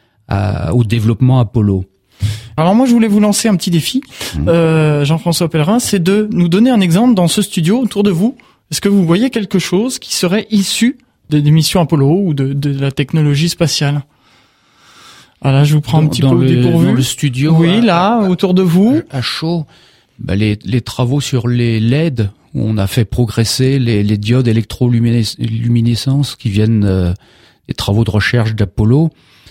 B: à au développement Apollo.
A: Alors moi je voulais vous lancer un petit défi, mmh. euh, Jean-François Pellerin, c'est de nous donner un exemple dans ce studio autour de vous. Est-ce que vous voyez quelque chose qui serait issu des missions Apollo ou de, de la technologie spatiale? Ah là je vous prends
B: dans,
A: un petit
B: peu
A: au dépourvu.
B: Dans le studio,
A: oui,
B: à,
A: là
B: à,
A: autour de vous,
B: à chaud, bah les, les travaux sur les L E D où on a fait progresser les, les diodes électroluminescence qui viennent euh, des travaux de recherche d'Apollo.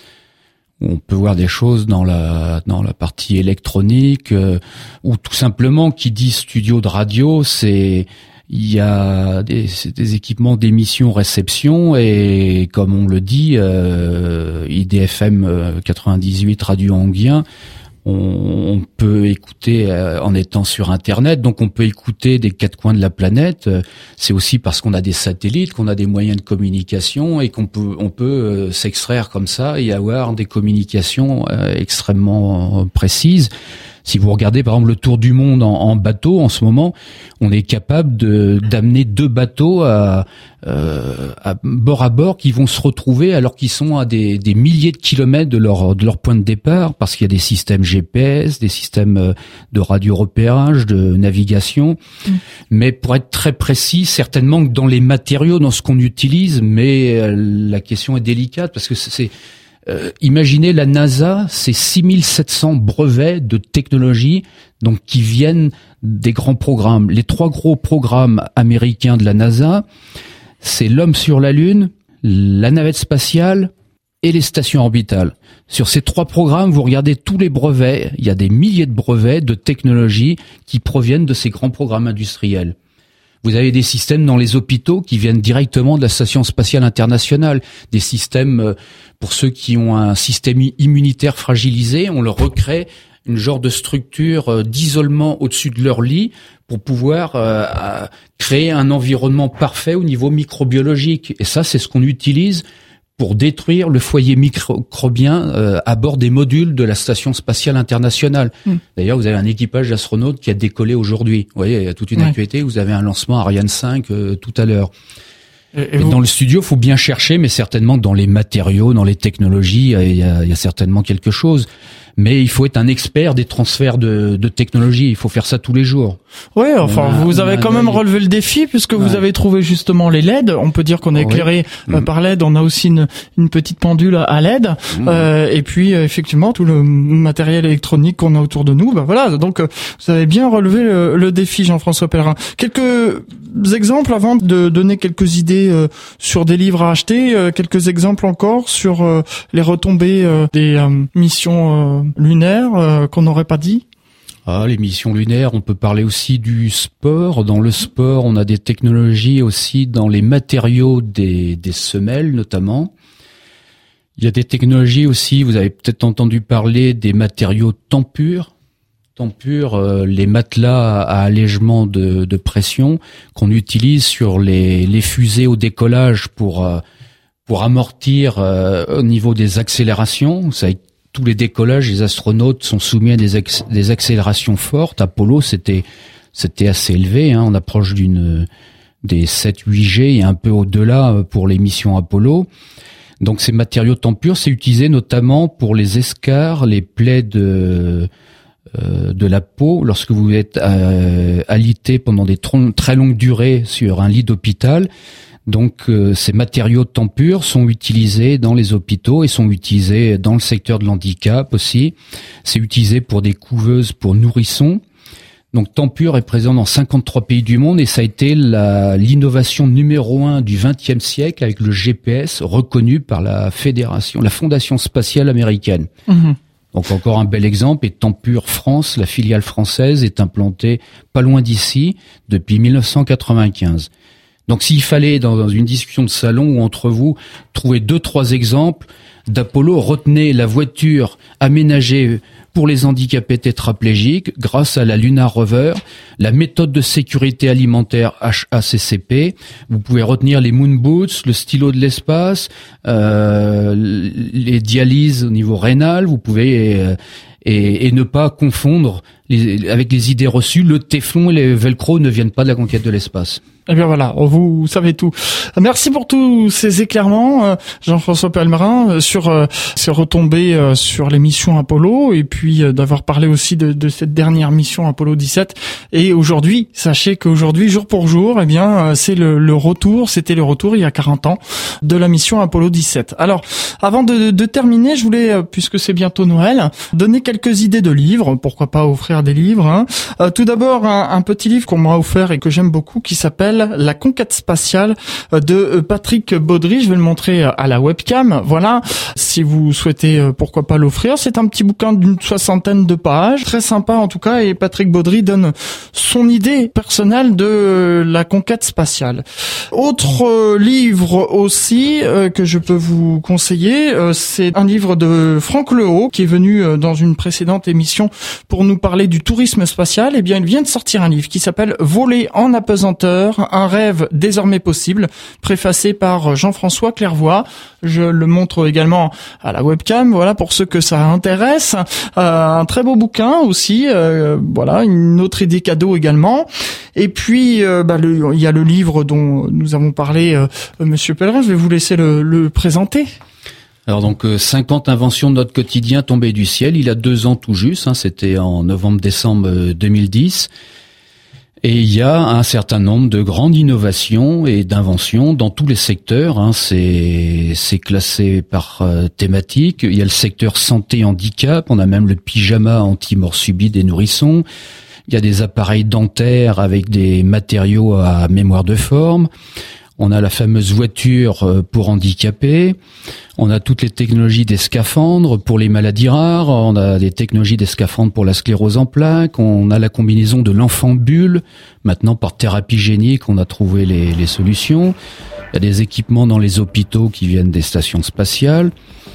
B: On peut voir des choses dans la dans la partie électronique euh, ou tout simplement qui dit studio de radio, c'est il y a des, c'est des équipements d'émission réception et comme on le dit, euh, I D F M quatre-vingt-dix-huit Radio Anguien, on, on peut écouter euh, en étant sur Internet, donc on peut écouter des quatre coins de la planète. C'est aussi parce qu'on a des satellites, qu'on a des moyens de communication et qu'on peut on peut euh, s'extraire comme ça et avoir des communications euh, extrêmement précises. Si vous regardez par exemple le tour du monde en, en bateau en ce moment, on est capable de d'amener deux bateaux à, euh, à bord à bord qui vont se retrouver alors qu'ils sont à des, des milliers de kilomètres de leur de leur point de départ parce qu'il y a des systèmes G P S, des systèmes de radio-repérage, de navigation. Mmh. Mais pour être très précis, certainement que dans les matériaux, dans ce qu'on utilise, mais euh, la question est délicate parce que c'est Euh, imaginez la NASA, c'est six mille sept cents brevets de technologie, donc qui viennent des grands programmes. Les trois gros programmes américains de la NASA, c'est l'homme sur la Lune, la navette spatiale et les stations orbitales. Sur ces trois programmes, vous regardez tous les brevets, il y a des milliers de brevets de technologie qui proviennent de ces grands programmes industriels. Vous avez des systèmes dans les hôpitaux qui viennent directement de la Station spatiale internationale. Des systèmes, pour ceux qui ont un système immunitaire fragilisé, on leur recrée une genre de structure d'isolement au-dessus de leur lit pour pouvoir euh, créer un environnement parfait au niveau microbiologique. Et ça, c'est ce qu'on utilise pour détruire le foyer microbien euh, à bord des modules de la Station spatiale internationale. Mmh. D'ailleurs, vous avez un équipage d'astronautes qui a décollé aujourd'hui. Vous voyez, il y a toute une ouais. actualité. Vous avez un lancement Ariane cinq euh, tout à l'heure. Et, et et dans le studio, faut bien chercher, mais certainement dans les matériaux, dans les technologies, il y a, il y a certainement quelque chose. Mais il faut être un expert des transferts de, de technologie. Il faut faire ça tous les jours. Oui,
A: enfin, a, vous avez quand même relevé le défi puisque ouais. vous avez trouvé justement les L E D. On peut dire qu'on est éclairé oui. euh, mmh. par L E D. On a aussi une, une petite pendule à L E D. Mmh. Euh, et puis, euh, effectivement, tout le matériel électronique qu'on a autour de nous. Ben voilà. Donc, euh, vous avez bien relevé le, le défi, Jean-François Pellerin. Quelques exemples avant de donner quelques idées euh, sur des livres à acheter. Euh, quelques exemples encore sur euh, les retombées euh, des euh, missions euh, lunaires euh, qu'on n'aurait pas dit.
B: Ah, les missions lunaires, on peut parler aussi du sport. Dans le sport, on a des technologies aussi dans les matériaux des, des semelles notamment. Il y a des technologies aussi, vous avez peut-être entendu parler des matériaux Tempur. Tempur, euh, les matelas à allègement de, de pression qu'on utilise sur les, les fusées au décollage pour, euh, pour amortir euh, au niveau des accélérations. Vous savez, tous les décollages, les astronautes sont soumis à des, acc- des accélérations fortes. Apollo, c'était c'était assez élevé. Hein. On approche d'une des sept huit G et un peu au-delà pour les missions Apollo. Donc ces matériaux Tempur, c'est utilisé notamment pour les escarres, les plaies de euh, de la peau lorsque vous êtes euh, alité pendant des tr- très longues durées sur un lit d'hôpital. Donc euh, ces matériaux Tempur sont utilisés dans les hôpitaux et sont utilisés dans le secteur de l'handicap aussi. C'est utilisé pour des couveuses pour nourrissons. Donc Tempur est présent dans cinquante-trois pays du monde et ça a été la, l'innovation numéro un du vingtième siècle avec le G P S reconnu par la fédération, la Fondation spatiale américaine. Mmh. Donc encore un bel exemple, et Tempur France, la filiale française, est implantée pas loin d'ici depuis dix-neuf cent quatre-vingt-quinze. Donc s'il fallait, dans une discussion de salon ou entre vous, trouver deux, trois exemples d'Apollo, retenez la voiture aménagée pour les handicapés tétraplégiques grâce à la Lunar Rover, la méthode de sécurité alimentaire H A C C P. Vous pouvez retenir les moon boots, le stylo de l'espace, euh, les dialyses au niveau rénal. Vous pouvez euh, et, et ne pas confondre les, avec les idées reçues. Le téflon et les velcro ne viennent pas de la conquête de l'espace.
A: Eh bien voilà, vous savez tout. Merci pour tous ces éclairements, Jean-François Pellerin, sur ces retombées sur les missions Apollo, et puis d'avoir parlé aussi de, de cette dernière mission Apollo dix-sept. Et aujourd'hui, sachez qu'aujourd'hui, jour pour jour, eh bien, c'est le, le retour, c'était le retour il y a quarante ans de la mission Apollo dix-sept. Alors, avant de, de terminer, je voulais, puisque c'est bientôt Noël, donner quelques idées de livres. Pourquoi pas offrir des livres, hein. Euh, tout d'abord, un, un petit livre qu'on m'a offert et que j'aime beaucoup, qui s'appelle La conquête spatiale de Patrick Baudry. Je vais le montrer à la webcam. Voilà. Si vous souhaitez, pourquoi pas l'offrir. C'est un petit bouquin d'une soixantaine de pages. Très sympa, en tout cas. Et Patrick Baudry donne son idée personnelle de la conquête spatiale. Autre livre aussi, euh, que je peux vous conseiller, euh, c'est un livre de Franck Lehaut, qui est venu euh, dans une précédente émission pour nous parler du tourisme spatial. Eh bien, il vient de sortir un livre qui s'appelle Voler en apesanteur, un rêve désormais possible, préfacé par Jean-François Clairvoy. Je le montre également à la webcam, voilà, pour ceux que ça intéresse. Euh, un très beau bouquin aussi, euh, voilà, une autre idée cadeau également. Et puis, euh, bah, le, il y a le livre dont nous avons parlé, euh, Monsieur Pellerin, je vais vous laisser le, le présenter.
B: Alors donc euh, cinquante inventions de notre quotidien tombées du ciel, il y a deux ans tout juste, hein, c'était en novembre-décembre deux mille dix. Et il y a un certain nombre de grandes innovations et d'inventions dans tous les secteurs. Hein. C'est, c'est classé par euh, thématique. Il y a le secteur santé handicap. On a même le pyjama anti-mort subie des nourrissons. Il y a des appareils dentaires avec des matériaux à mémoire de forme. On a la fameuse voiture pour handicapés. On a toutes les technologies des scaphandres pour les maladies rares. On a des technologies des scaphandres pour la sclérose en plaques. On a la combinaison de l'enfant bulle. Maintenant, par thérapie génique, on a trouvé les, les solutions. Il y a des équipements dans les hôpitaux qui viennent des stations spatiales.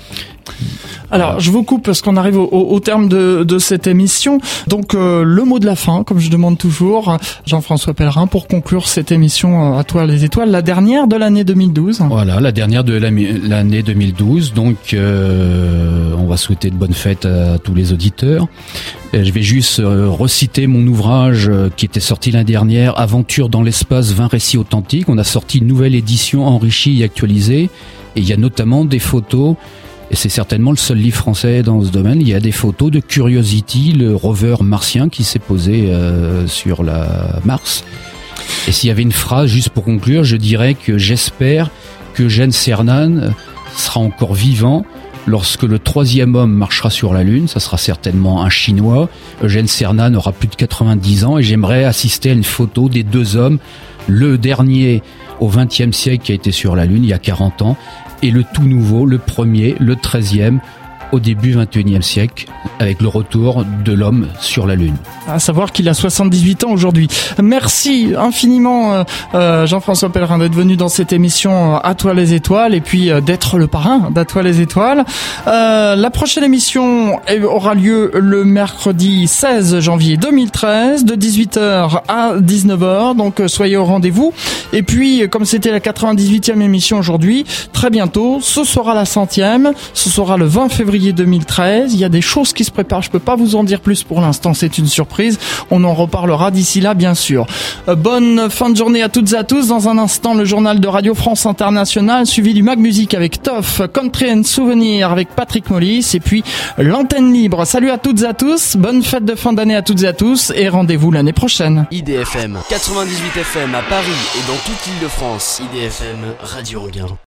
A: Alors, je vous coupe parce qu'on arrive au, au terme de, de cette émission. Donc, euh, le mot de la fin, comme je demande toujours, Jean-François Pellerin, pour conclure cette émission euh, À toi les étoiles, la dernière de l'année deux mille douze.
B: Voilà, la dernière de l'année deux mille douze. Donc, euh, on va souhaiter de bonnes fêtes à tous les auditeurs. Et je vais juste euh, reciter mon ouvrage euh, qui était sorti l'année dernière, Aventure dans l'espace, vingt récits authentiques. On a sorti une nouvelle édition enrichie et actualisée. Et il y a notamment des photos. Et c'est certainement le seul livre français dans ce domaine. Il y a des photos de Curiosity, le rover martien qui s'est posé euh, sur la Mars. Et s'il y avait une phrase, juste pour conclure, je dirais que j'espère que Eugène Cernan sera encore vivant lorsque le troisième homme marchera sur la Lune. Ça sera certainement un Chinois. Eugène Cernan aura plus de quatre-vingt-dix ans et j'aimerais assister à une photo des deux hommes. Le dernier au vingtième siècle qui a été sur la Lune, il y a quarante ans. Et le tout nouveau, le premier, le treizième, au début vingt et unième siècle, avec le retour de l'homme sur la Lune.
A: À savoir qu'il a soixante-dix-huit ans aujourd'hui. Merci infiniment euh, Jean-François Pellerin d'être venu dans cette émission À toi les étoiles et puis euh, d'être le parrain d'À toi les étoiles. Euh, la prochaine émission aura lieu le mercredi seize janvier deux mille treize de dix-huit heures à dix-neuf heures, donc euh, soyez au rendez-vous. Et puis comme c'était la quatre-vingt-dix-huitième émission aujourd'hui, très bientôt, ce sera la centième, ce sera le vingt février deux mille treize. Il y a des choses qui se préparent, je peux pas vous en dire plus pour l'instant, c'est une surprise. On en reparlera d'ici là, bien sûr. Euh, bonne fin de journée à toutes et à tous. Dans un instant, le journal de Radio France Internationale, suivi du Mag Music avec Toff, Country and Souvenir avec Patrick Mollis, et puis l'antenne libre. Salut à toutes et à tous. Bonne fête de fin d'année à toutes et à tous, et rendez-vous l'année prochaine.
C: I D F M quatre-vingt-dix-huit F M à Paris et dans toute l'Île-de-France. I D F M Radio Anguin.